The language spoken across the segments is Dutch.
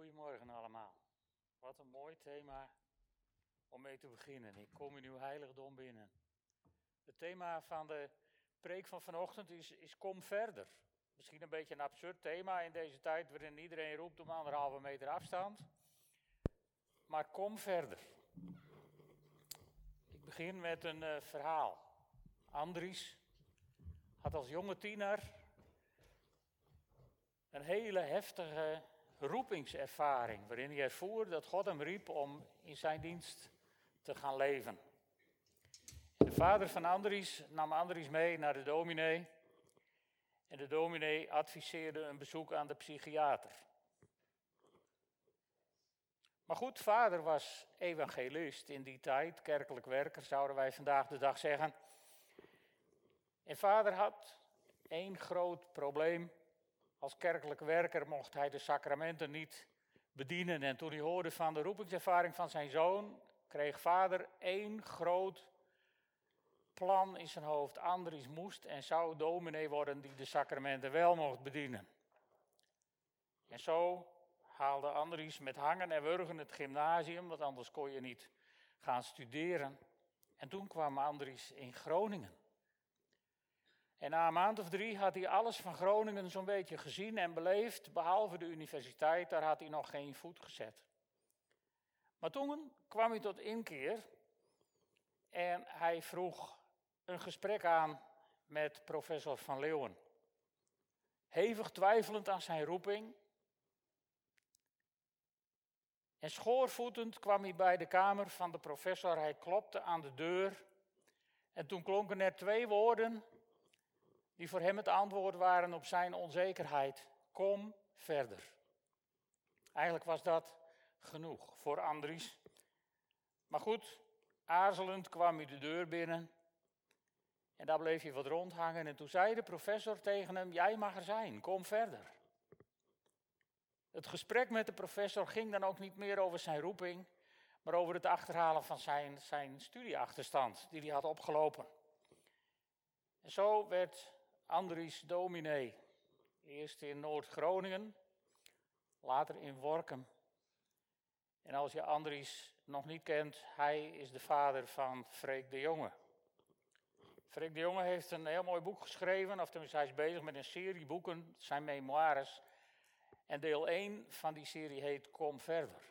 Goedemorgen allemaal. Wat een mooi thema om mee te beginnen. Ik kom in uw heiligdom binnen. Het thema van de preek van vanochtend is kom verder. Misschien een beetje een absurd thema in deze tijd waarin iedereen roept om 1,5 meter afstand. Maar kom verder. Ik begin met een verhaal. Andries had als jonge tiener een hele heftige roepingservaring, waarin hij ervoer dat God hem riep om in zijn dienst te gaan leven. De vader van Andries nam Andries mee naar de dominee en de dominee adviseerde een bezoek aan de psychiater. Maar goed, vader was evangelist in die tijd, kerkelijk werker zouden wij vandaag de dag zeggen. En vader had één groot probleem. Als kerkelijk werker mocht hij de sacramenten niet bedienen. En toen hij hoorde van de roepingservaring van zijn zoon, kreeg vader één groot plan in zijn hoofd. Andries moest en zou dominee worden die de sacramenten wel mocht bedienen. En zo haalde Andries met hangen en wurgen het gymnasium, want anders kon je niet gaan studeren. En toen kwam Andries in Groningen. En na een maand of 3 had hij alles van Groningen zo'n beetje gezien en beleefd, behalve de universiteit, daar had hij nog geen voet gezet. Maar toen kwam hij tot inkeer en hij vroeg een gesprek aan met professor Van Leeuwen. Hevig twijfelend aan zijn roeping. En schoorvoetend kwam hij bij de kamer van de professor, hij klopte aan de deur en toen klonken er 2 woorden die voor hem het antwoord waren op zijn onzekerheid. Kom verder. Eigenlijk was dat genoeg voor Andries. Maar goed, aarzelend kwam hij de deur binnen en daar bleef hij wat rondhangen. En toen zei de professor tegen hem, jij mag er zijn, kom verder. Het gesprek met de professor ging dan ook niet meer over zijn roeping, maar over het achterhalen van zijn studieachterstand die hij had opgelopen. En zo werd Andries dominee, eerst in Noord-Groningen, later in Workum. En als je Andries nog niet kent, hij is de vader van Freek de Jonge. Freek de Jonge heeft een heel mooi boek geschreven, of tenminste hij is bezig met een serie boeken, zijn memoires. En deel 1 van die serie heet Kom Verder.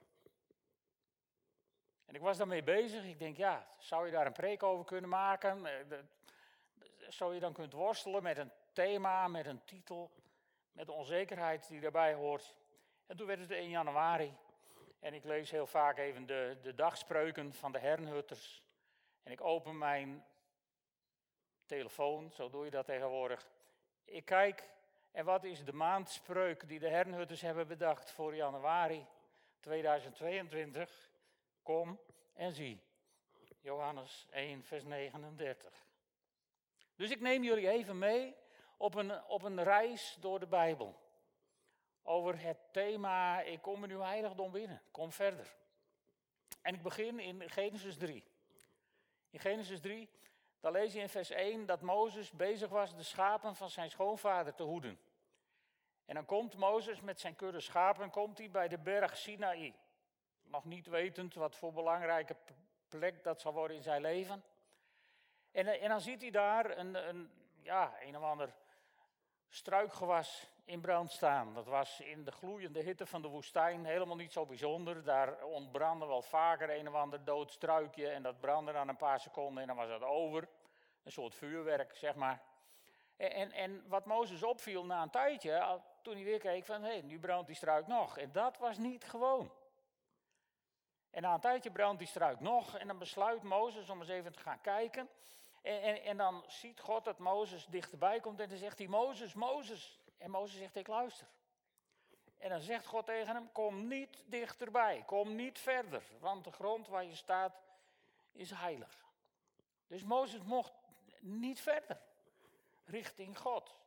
En ik was daarmee bezig, ik denk zou je daar een preek over kunnen maken? Zo je dan kunt worstelen met een thema, met een titel, met de onzekerheid die daarbij hoort. En toen werd het 1 januari en ik lees heel vaak even de dagspreuken van de Herrnhutters. En ik open mijn telefoon, zo doe je dat tegenwoordig. Ik kijk en wat is de maandspreuk die de Herrnhutters hebben bedacht voor januari 2022? Kom en zie. Johannes 1 vers 39. Dus ik neem jullie even mee op een reis door de Bijbel. Over het thema, ik kom in uw heiligdom binnen, kom verder. En ik begin in Genesis 3. In Genesis 3, daar lees je in vers 1 dat Mozes bezig was de schapen van zijn schoonvader te hoeden. En dan komt Mozes met zijn kudde schapen, komt hij bij de berg Sinaï. Nog niet wetend wat voor belangrijke plek dat zal worden in zijn leven. En dan ziet hij daar een of ander struikgewas in brand staan. Dat was in de gloeiende hitte van de woestijn helemaal niet zo bijzonder. Daar ontbrandde wel vaker een of ander dood struikje en dat brandde dan een paar seconden en dan was dat over. Een soort vuurwerk, zeg maar. En wat Mozes opviel na een tijdje, toen hij weer keek van, nu brandt die struik nog. En dat was niet gewoon. En na een tijdje brandt die struik nog en dan besluit Mozes om eens even te gaan kijken. En dan ziet God dat Mozes dichterbij komt en dan zegt hij, Mozes, Mozes. En Mozes zegt, ik luister. En dan zegt God tegen hem, kom niet dichterbij, kom niet verder, want de grond waar je staat is heilig. Dus Mozes mocht niet verder, richting God.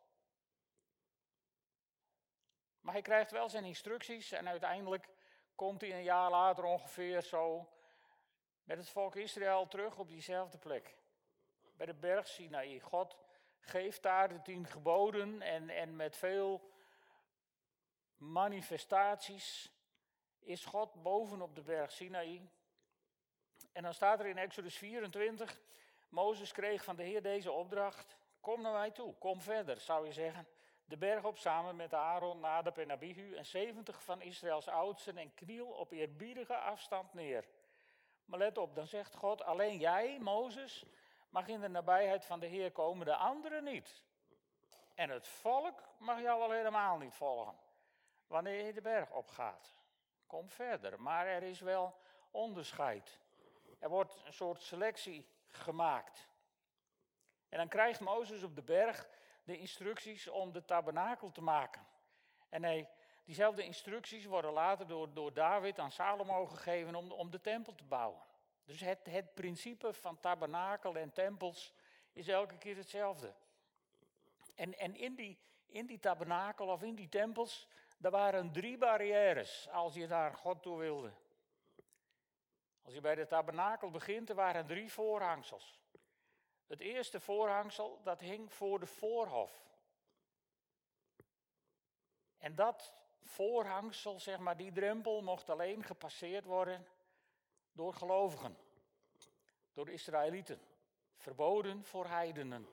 Maar hij krijgt wel zijn instructies en uiteindelijk komt hij een jaar later ongeveer zo met het volk Israël terug op diezelfde plek. Bij de berg Sinaï. God geeft daar de 10 geboden en met veel manifestaties is God boven op de berg Sinaï. En dan staat er in Exodus 24, Mozes kreeg van de Heer deze opdracht: kom naar mij toe, kom verder, zou je zeggen. De berg op samen met Aaron, Nadab en Abihu en 70 van Israëls oudsten en kniel op eerbiedige afstand neer. Maar let op, dan zegt God, alleen jij, Mozes, mag in de nabijheid van de Heer komen, de anderen niet. En het volk mag jou al helemaal niet volgen, wanneer je de berg opgaat. Kom verder, maar er is wel onderscheid. Er wordt een soort selectie gemaakt. En dan krijgt Mozes op de berg de instructies om de tabernakel te maken. En diezelfde instructies worden later door David aan Salomo gegeven om de tempel te bouwen. Dus het principe van tabernakel en tempels is elke keer hetzelfde. En in die tabernakel of in die tempels, daar waren 3 barrières als je naar God toe wilde. Als je bij de tabernakel begint, er waren 3 voorhangsels. Het eerste voorhangsel, dat hing voor de voorhof. En dat voorhangsel, zeg maar, die drempel, mocht alleen gepasseerd worden door gelovigen. Door Israëlieten. Verboden voor heidenen.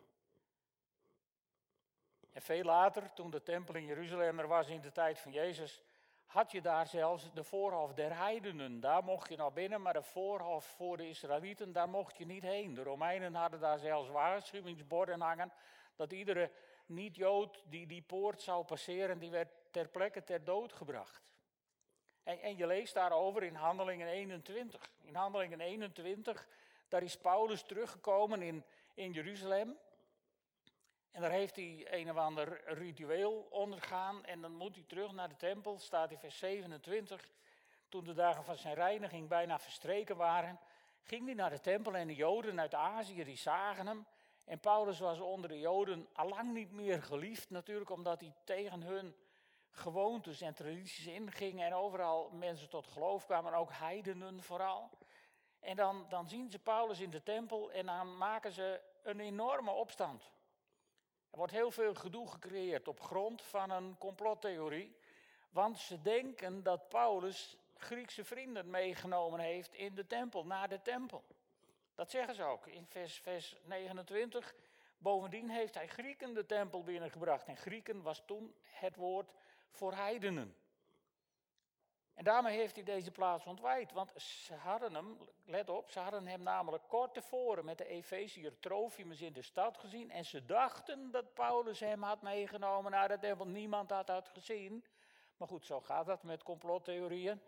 En veel later, toen de tempel in Jeruzalem er was in de tijd van Jezus, had je daar zelfs de voorhof der heidenen. Daar mocht je naar binnen, maar de voorhof voor de Israëlieten, daar mocht je niet heen. De Romeinen hadden daar zelfs waarschuwingsborden hangen, dat iedere niet-Jood die poort zou passeren, die werd ter plekke ter dood gebracht. En je leest daarover in Handelingen 21. In Handelingen 21, daar is Paulus teruggekomen in Jeruzalem. En daar heeft hij een of ander ritueel ondergaan en dan moet hij terug naar de tempel, staat in vers 27. Toen de dagen van zijn reiniging bijna verstreken waren, ging hij naar de tempel en de Joden uit Azië die zagen hem. En Paulus was onder de Joden allang niet meer geliefd natuurlijk, omdat hij tegen hun gewoontes en tradities inging en overal mensen tot geloof kwamen, ook heidenen vooral. En dan zien ze Paulus in de tempel en dan maken ze een enorme opstand. Er wordt heel veel gedoe gecreëerd op grond van een complottheorie. Want ze denken dat Paulus Griekse vrienden meegenomen heeft in de tempel, naar de tempel. Dat zeggen ze ook in vers 29. Bovendien heeft hij Grieken de tempel binnengebracht. En Grieken was toen het woord voor heidenen. En daarmee heeft hij deze plaats ontwijd. Want ze hadden hem, let op, ze hadden hem namelijk kort tevoren met de Efeziër Trofimus in de stad gezien. En ze dachten dat Paulus hem had meegenomen naar de tempel. Niemand had dat gezien. Maar goed, zo gaat dat met complottheorieën.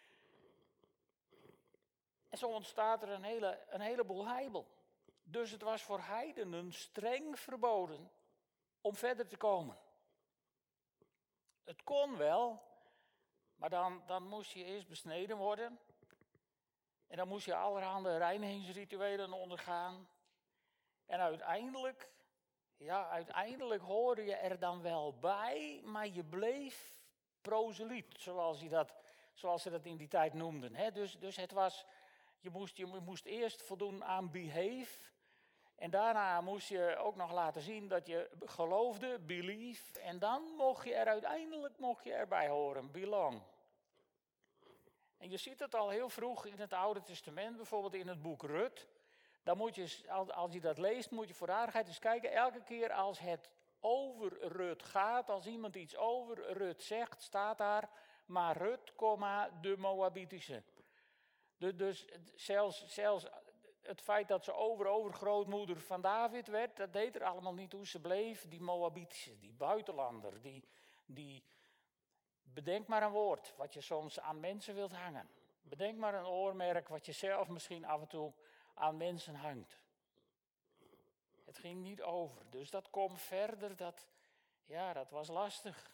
En zo ontstaat er een heleboel heibel. Dus het was voor heidenen streng verboden om verder te komen. Het kon wel, maar dan moest je eerst besneden worden. En dan moest je allerhande reinigingsrituelen ondergaan. En uiteindelijk hoorde je er dan wel bij, maar je bleef proseliet, zoals ze dat in die tijd noemden. Hè? Dus het was, je moest eerst voldoen aan behave. En daarna moest je ook nog laten zien dat je geloofde, believe. En dan mocht je er uiteindelijk erbij horen, belong. En je ziet het al heel vroeg in het Oude Testament, bijvoorbeeld in het boek Rut. Dan moet je, als je dat leest, moet je voor de aardigheid eens kijken. Elke keer als het over Rut gaat, als iemand iets over Rut zegt, staat daar maar Rut, de Moabitische. Dus zelfs het feit dat ze overgrootmoeder van David werd, dat deed er allemaal niet toe. Ze bleef die Moabitische, die buitenlander, die bedenk maar een woord wat je soms aan mensen wilt hangen. Bedenk maar een oormerk wat je zelf misschien af en toe aan mensen hangt. Het ging niet over, dus dat komt verder, dat was lastig.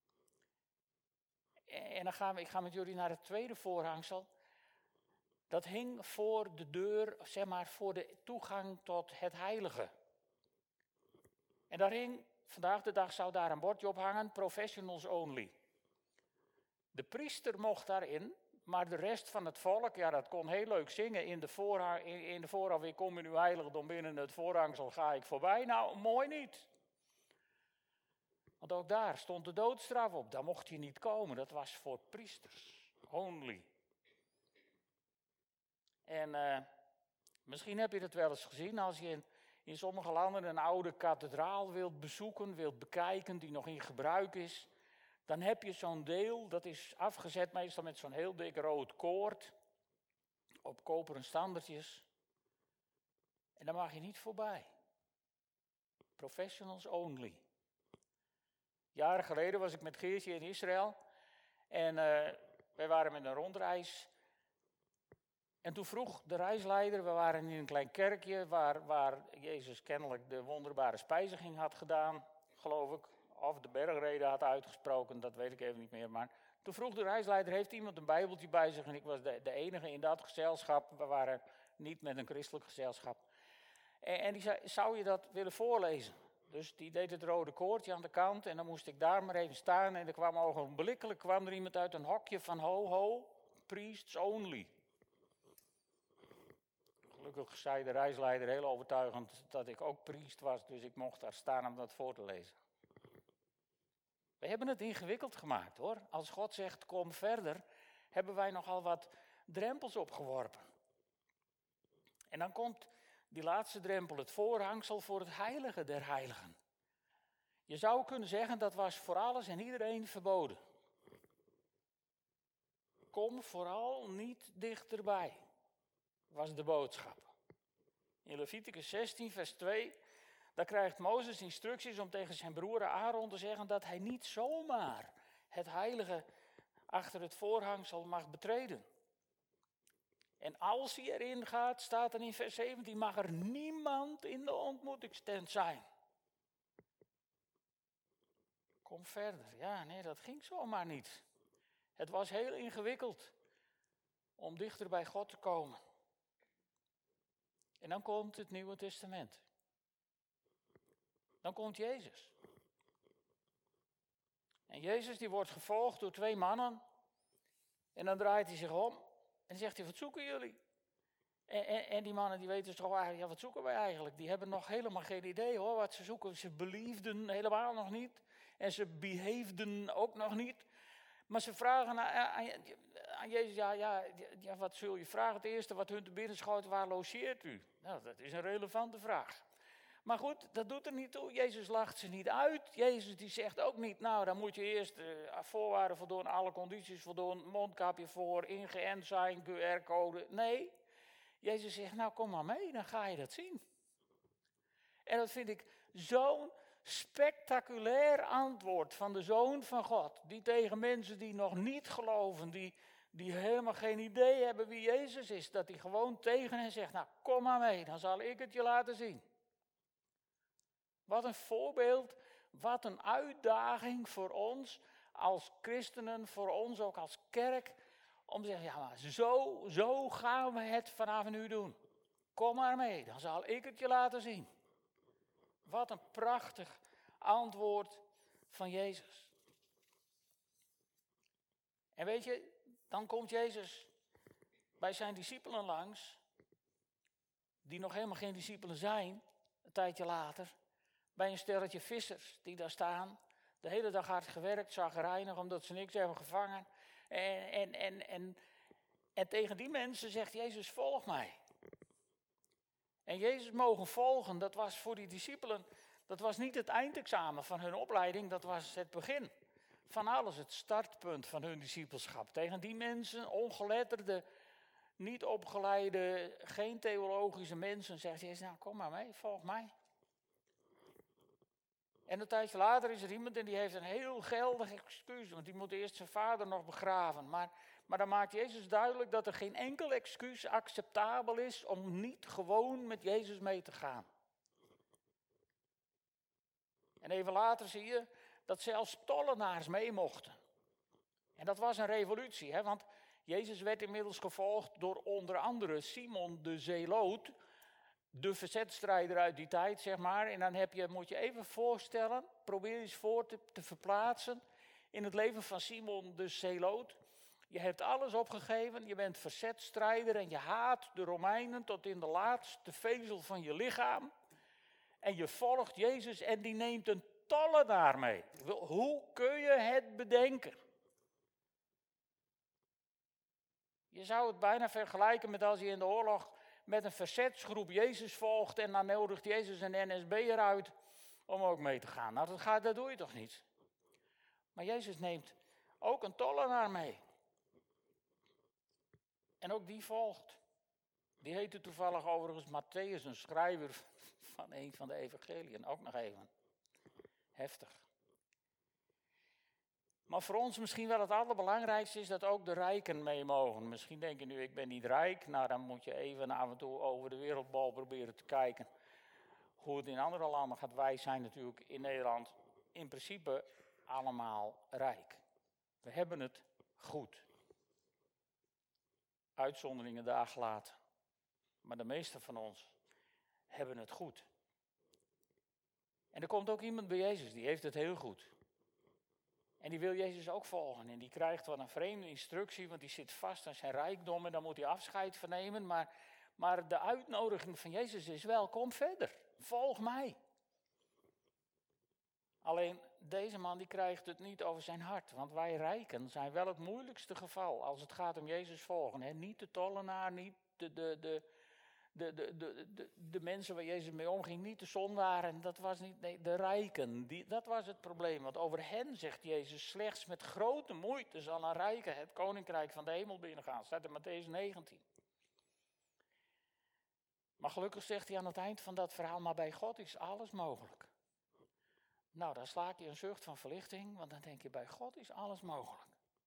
En ik ga met jullie naar het tweede voorhangsel. Dat hing voor de deur, zeg maar, voor de toegang tot het heilige. En daar hing, vandaag de dag zou daar een bordje op hangen, professionals only. De priester mocht daarin, maar de rest van het volk, dat kon heel leuk zingen in de voorhof, ik kom in uw heiligdom, binnen het voorhangsel ga ik voorbij. Nou, mooi niet. Want ook daar stond de doodstraf op, daar mocht je niet komen, dat was voor priesters. only. En misschien heb je dat wel eens gezien als je in sommige landen een oude kathedraal wilt bezoeken, wilt bekijken die nog in gebruik is. Dan heb je zo'n deel, dat is afgezet meestal met zo'n heel dik rood koord op koperen standertjes. En daar mag je niet voorbij. Professionals only. Jaren geleden was ik met Geertje in Israël en wij waren met een rondreis. En toen vroeg de reisleider, we waren in een klein kerkje waar Jezus kennelijk de wonderbare spijziging had gedaan, geloof ik. Of de bergreden had uitgesproken, dat weet ik even niet meer. Maar toen vroeg de reisleider, heeft iemand een bijbeltje bij zich? En ik was de enige in dat gezelschap, we waren niet met een christelijk gezelschap. En die zei, zou je dat willen voorlezen? Dus die deed het rode koordje aan de kant en dan moest ik daar maar even staan. En er kwam ogenblikkelijk er iemand uit een hokje van ho, priests only. Gelukkig zei de reisleider heel overtuigend dat ik ook priest was, dus ik mocht daar staan om dat voor te lezen. We hebben het ingewikkeld gemaakt hoor. Als God zegt kom verder, hebben wij nogal wat drempels opgeworpen. En dan komt die laatste drempel, het voorhangsel voor het heilige der heiligen. Je zou kunnen zeggen dat was voor alles en iedereen verboden. Kom vooral niet dichterbij, was de boodschap. In Leviticus 16 vers 2, daar krijgt Mozes instructies om tegen zijn broer Aaron te zeggen dat hij niet zomaar het heilige achter het voorhangsel mag betreden. En als hij erin gaat, staat er in vers 17, mag er niemand in de ontmoetingstent zijn. Kom verder. Ja, nee, dat ging zomaar niet. Het was heel ingewikkeld om dichter bij God te komen. En dan komt het Nieuwe Testament. Dan komt Jezus. En Jezus die wordt gevolgd door 2 mannen. En dan draait hij zich om. En zegt hij, wat zoeken jullie? En die mannen die weten toch eigenlijk, ja wat zoeken wij eigenlijk? Die hebben nog helemaal geen idee hoor, wat ze zoeken. Ze beliefden helemaal nog niet. En ze beheefden ook nog niet. Maar ze vragen aan Jezus, ja, wat zul je vragen? Het eerste wat hun te binnen schoot, waar logeert u? Nou, dat is een relevante vraag. Maar goed, dat doet er niet toe. Jezus lacht ze niet uit. Jezus die zegt ook niet, nou dan moet je eerst voorwaarden voldoen, alle condities voldoen, mondkapje voor, ingeënt zijn, QR-code. Nee, Jezus zegt, nou kom maar mee, dan ga je dat zien. En dat vind ik zo'n spectaculair antwoord van de Zoon van God, die tegen mensen die nog niet geloven, die helemaal geen idee hebben wie Jezus is, dat hij gewoon tegen hen zegt, nou kom maar mee, dan zal ik het je laten zien. Wat een voorbeeld, wat een uitdaging voor ons als christenen, voor ons ook als kerk, om te zeggen, ja maar zo gaan we het vanaf nu doen. Kom maar mee, dan zal ik het je laten zien. Wat een prachtig antwoord van Jezus. En weet je, dan komt Jezus bij zijn discipelen langs, die nog helemaal geen discipelen zijn, een tijdje later, bij een stelletje vissers die daar staan, de hele dag hard gewerkt, chagrijnig, omdat ze niks hebben gevangen. En tegen die mensen zegt Jezus, volg mij. En Jezus mogen volgen, dat was voor die discipelen, dat was niet het eindexamen van hun opleiding, dat was het begin van alles, het startpunt van hun discipelschap. Tegen die mensen, ongeletterde, niet opgeleide, geen theologische mensen, zegt Jezus, nou kom maar mee, volg mij. En een tijdje later is er iemand en die heeft een heel geldig excuus, want die moet eerst zijn vader nog begraven. Maar dan maakt Jezus duidelijk dat er geen enkel excuus acceptabel is om niet gewoon met Jezus mee te gaan. En even later zie je dat zelfs tollenaars mee mochten. En dat was een revolutie, hè? Want Jezus werd inmiddels gevolgd door onder andere Simon de Zeloot, de verzetstrijder uit die tijd, zeg maar. En dan moet je even voorstellen, probeer eens voor te verplaatsen in het leven van Simon de Zeloot. Je hebt alles opgegeven, je bent verzetstrijder en je haat de Romeinen tot in de laatste vezel van je lichaam. En je volgt Jezus en die neemt een tollenaar mee. Hoe kun je het bedenken? Je zou het bijna vergelijken met als je in de oorlog met een verzetsgroep Jezus volgt en dan nodigt Jezus een NSB'er uit om ook mee te gaan. Nou, dat doe je toch niet? Maar Jezus neemt ook een tollenaar mee. En ook die volgt. Die heette toevallig overigens Matthäus, een schrijver van een van de evangeliën. Ook nog even. Heftig. Maar voor ons misschien wel het allerbelangrijkste is dat ook de rijken mee mogen. Misschien denk je nu, ik ben niet rijk. Nou, dan moet je even af en toe over de wereldbol proberen te kijken hoe het in andere landen gaat. Wij zijn natuurlijk in Nederland in principe allemaal rijk. We hebben het goed. Uitzonderingen daar gelaten. Maar de meeste van ons hebben het goed. En er komt ook iemand bij Jezus, die heeft het heel goed. En die wil Jezus ook volgen. En die krijgt wat een vreemde instructie, want die zit vast aan zijn rijkdom en dan moet hij afscheid van nemen. Maar de uitnodiging van Jezus is wel, kom verder, volg mij. Alleen deze man die krijgt het niet over zijn hart. Want wij rijken zijn wel het moeilijkste geval als het gaat om Jezus volgen. Hè? Niet de tollenaar, niet de mensen waar Jezus mee omging, niet de zondaren. Dat was niet, nee, de rijken. Dat was het probleem. Want over hen zegt Jezus, slechts met grote moeite zal een rijke het koninkrijk van de hemel binnengaan. Staat in Matthäus 19. Maar gelukkig zegt hij aan het eind van dat verhaal, maar bij God is alles mogelijk. Nou, dan slaak je een zucht van verlichting, want dan denk je, bij God is alles mogelijk.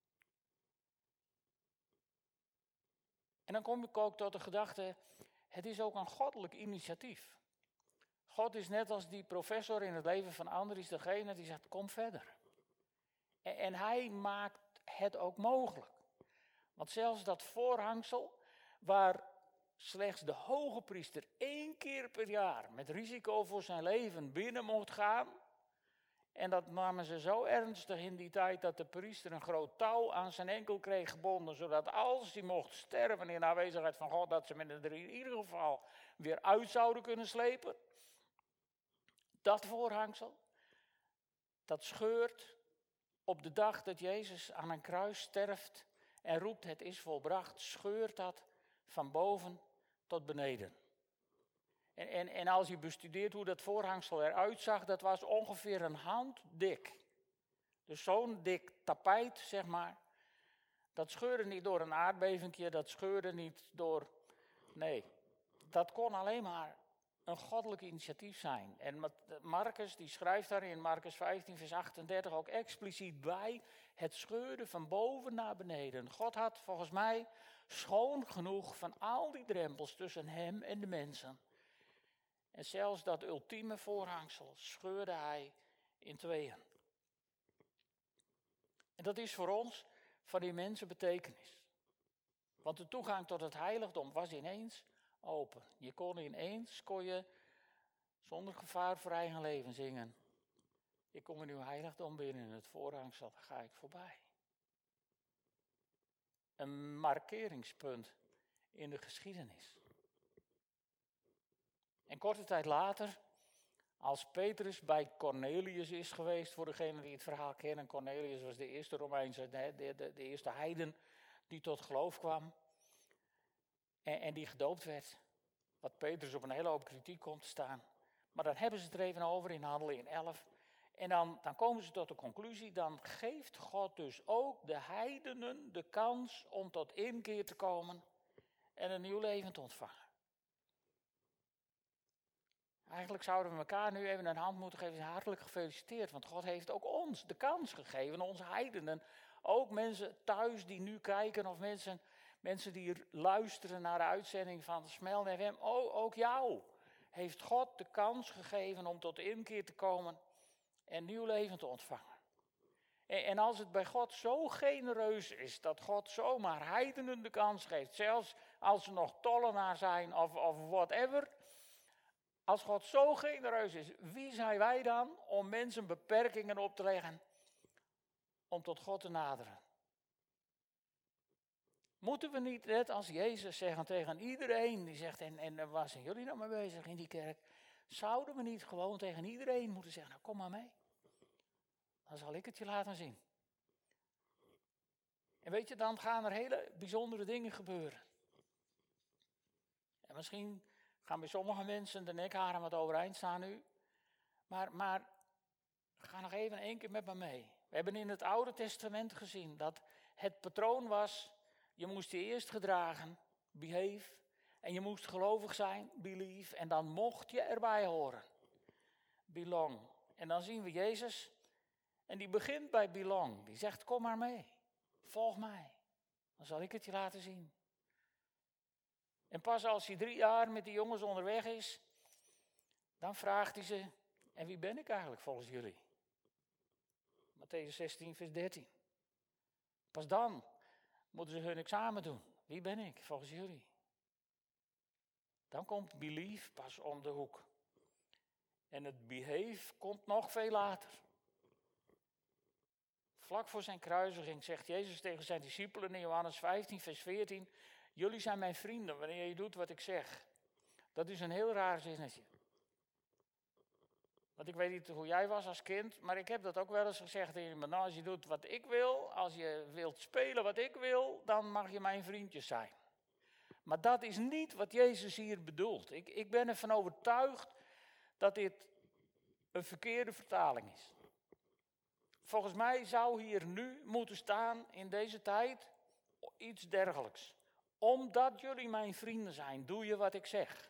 En dan kom ik ook tot de gedachte, het is ook een goddelijk initiatief. God is net als die professor in het leven van Andries, degene die zegt, kom verder. En hij maakt het ook mogelijk. Want zelfs dat voorhangsel, waar slechts de hoge priester 1 keer per jaar met risico voor zijn leven binnen mocht gaan. En dat namen ze zo ernstig in die tijd dat de priester een groot touw aan zijn enkel kreeg gebonden. Zodat als hij mocht sterven in aanwezigheid van God, dat ze hem er in ieder geval weer uit zouden kunnen slepen. Dat voorhangsel, dat scheurt op de dag dat Jezus aan een kruis sterft en roept het is volbracht, scheurt dat van boven tot beneden. En als je bestudeert hoe dat voorhangsel eruit zag, dat was ongeveer een hand dik. Dus zo'n dik tapijt, zeg maar. Dat scheurde niet door een aardbevingje, dat scheurde niet door... Nee, dat kon alleen maar een goddelijk initiatief zijn. En Marcus, die schrijft daar in Marcus 15 vers 38 ook expliciet bij, het scheurde van boven naar beneden. God had volgens mij schoon genoeg van al die drempels tussen hem en de mensen. En zelfs dat ultieme voorhangsel scheurde hij in tweeën. En dat is voor ons van immense betekenis. Want de toegang tot het heiligdom was ineens open. Je kon ineens zonder gevaar voor eigen leven zingen. Ik kom in uw heiligdom binnen, het voorhangsel, daar ga ik voorbij. Een markeringspunt in de geschiedenis. En korte tijd later, als Petrus bij Cornelius is geweest, voor degenen die het verhaal kennen, Cornelius was de eerste Romeinse, de eerste heiden die tot geloof kwam en die gedoopt werd. Wat Petrus op een hele hoop kritiek komt te staan. Maar dan hebben ze het er even over in Handelingen 11. En dan komen ze tot de conclusie, dan geeft God dus ook de heidenen de kans om tot inkeer te komen en een nieuw leven te ontvangen. Eigenlijk zouden we elkaar nu even een hand moeten geven, hartelijk gefeliciteerd. Want God heeft ook ons de kans gegeven, onze heidenen. Ook mensen thuis die nu kijken of mensen die luisteren naar de uitzending van Smel FM. Ook jou heeft God de kans gegeven om tot inkeer te komen en nieuw leven te ontvangen. En als het bij God zo genereus is dat God zomaar heidenen de kans geeft, zelfs als ze nog tollenaar zijn of whatever. Als God zo genereus is, wie zijn wij dan om mensen beperkingen op te leggen om tot God te naderen? Moeten we niet net als Jezus zeggen tegen iedereen die zegt, en waar zijn jullie nou mee bezig in die kerk? Zouden we niet gewoon tegen iedereen moeten zeggen, nou kom maar mee. Dan zal ik het je laten zien. En weet je, dan gaan er hele bijzondere dingen gebeuren. En misschien gaan bij sommige mensen de nekharen wat overeind staan nu. Maar ga nog even 1 keer met me mee. We hebben in het Oude Testament gezien dat het patroon was, je moest je eerst gedragen, behave, en je moest gelovig zijn, believe, en dan mocht je erbij horen, belong. En dan zien we Jezus, en die begint bij belong. Die zegt, kom maar mee, volg mij, dan zal ik het je laten zien. En pas als hij 3 jaar met die jongens onderweg is, dan vraagt hij ze, en wie ben ik eigenlijk volgens jullie? Mattheüs 16, vers 13. Pas dan moeten ze hun examen doen. Wie ben ik volgens jullie? Dan komt belief pas om de hoek. En het behave komt nog veel later. Vlak voor zijn kruisiging zegt Jezus tegen zijn discipelen in Johannes 15, vers 14. Jullie zijn mijn vrienden wanneer je doet wat ik zeg. Dat is een heel raar zinnetje. Want ik weet niet hoe jij was als kind, maar ik heb dat ook wel eens gezegd tegen iemand. Nou, als je doet wat ik wil, als je wilt spelen wat ik wil, dan mag je mijn vriendjes zijn. Maar dat is niet wat Jezus hier bedoelt. Ik ben ervan overtuigd dat dit een verkeerde vertaling is. Volgens mij zou hier nu moeten staan in deze tijd iets dergelijks. Omdat jullie mijn vrienden zijn, doe je wat ik zeg.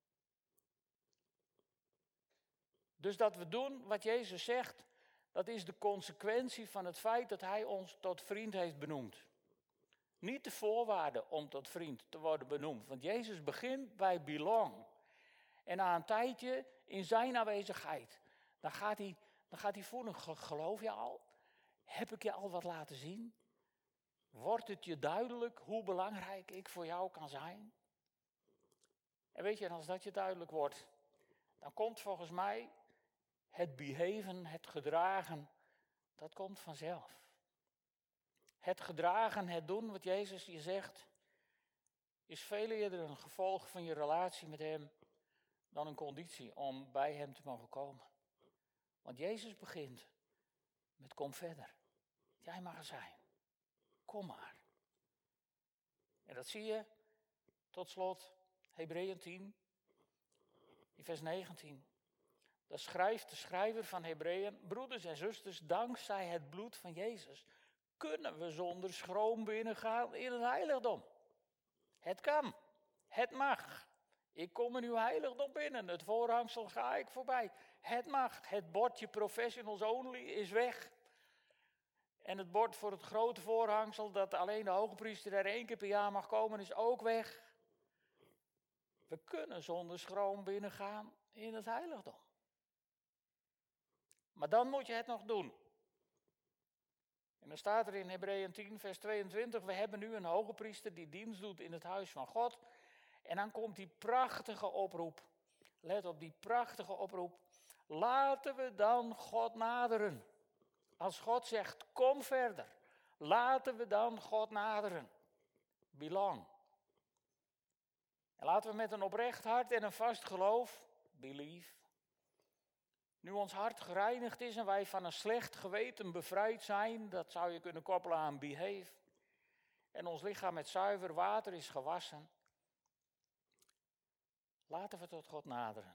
Dus dat we doen wat Jezus zegt, dat is de consequentie van het feit dat hij ons tot vriend heeft benoemd. Niet de voorwaarde om tot vriend te worden benoemd. Want Jezus begint bij belong. En na een tijdje in zijn aanwezigheid, dan gaat hij voelen, geloof je al? Heb ik je al wat laten zien? Wordt het je duidelijk hoe belangrijk ik voor jou kan zijn? En weet je, en als dat je duidelijk wordt, dan komt volgens mij het behaven, het gedragen, dat komt vanzelf. Het gedragen, het doen wat Jezus je zegt, is veel eerder een gevolg van je relatie met hem dan een conditie om bij hem te mogen komen. Want Jezus begint met kom verder. Jij mag er zijn. Kom maar. En dat zie je tot slot Hebreeën 10, in vers 19. Daar schrijft de schrijver van Hebreeën, broeders en zusters, dankzij het bloed van Jezus kunnen we zonder schroom binnengaan in het heiligdom. Het kan, het mag. Ik kom in uw heiligdom binnen, het voorhangsel ga ik voorbij. Het mag, het bordje professionals only is weg. En het bord voor het grote voorhangsel dat alleen de hogepriester er 1 keer per jaar mag komen is ook weg. We kunnen zonder schroom binnengaan in het heiligdom. Maar dan moet je het nog doen. En dan staat er in Hebreeën 10, vers 22, we hebben nu een hogepriester die dienst doet in het huis van God. En dan komt die prachtige oproep. Let op die prachtige oproep. Laten we dan God naderen. Als God zegt, kom verder. Laten we dan God naderen. Belong. En laten we met een oprecht hart en een vast geloof, believe. Nu ons hart gereinigd is en wij van een slecht geweten bevrijd zijn, dat zou je kunnen koppelen aan behave. En ons lichaam met zuiver water is gewassen. Laten we tot God naderen.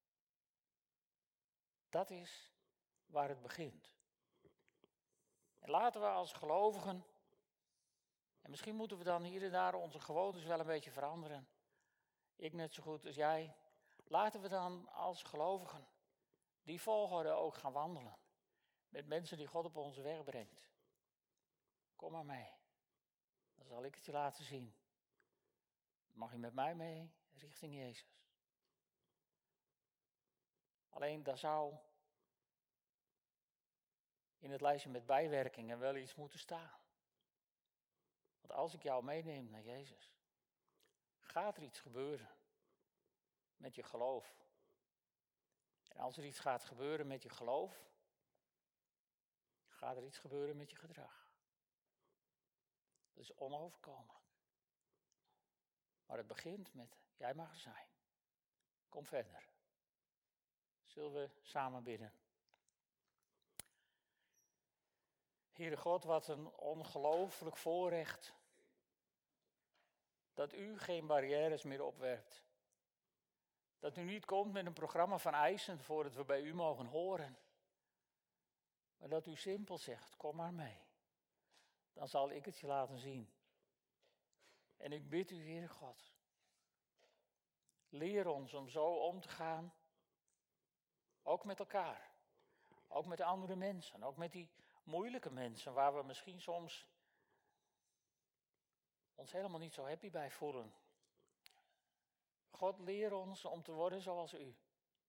Dat is waar het begint. En laten we als gelovigen, en misschien moeten we dan hier en daar onze gewoontes wel een beetje veranderen. Ik net zo goed als jij. Laten we dan als gelovigen die volgorde ook gaan wandelen. Met mensen die God op onze weg brengt. Kom maar mee. Dan zal ik het je laten zien. Mag je met mij mee richting Jezus. Alleen daar zou in het lijstje met bijwerkingen wel iets moeten staan. Want als ik jou meeneem naar Jezus, gaat er iets gebeuren met je geloof. En als er iets gaat gebeuren met je geloof, gaat er iets gebeuren met je gedrag. Dat is onoverkomelijk. Maar het begint met, jij mag er zijn. Kom verder. Zullen we samen bidden? Heere God, wat een ongelooflijk voorrecht dat u geen barrières meer opwerpt. Dat u niet komt met een programma van eisen voordat we bij u mogen horen. Maar dat u simpel zegt, kom maar mee. Dan zal ik het je laten zien. En ik bid u, Heere God, leer ons om zo om te gaan, ook met elkaar. Ook met andere mensen, ook met die moeilijke mensen waar we misschien soms ons helemaal niet zo happy bij voelen. God, leer ons om te worden zoals u.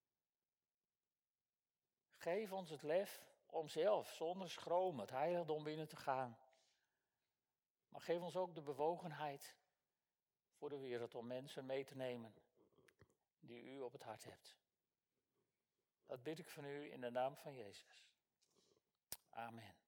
Geef ons het lef om zelf, zonder schroom, het heiligdom binnen te gaan. Maar geef ons ook de bewogenheid voor de wereld om mensen mee te nemen die u op het hart hebt. Dat bid ik van u in de naam van Jezus. Amen.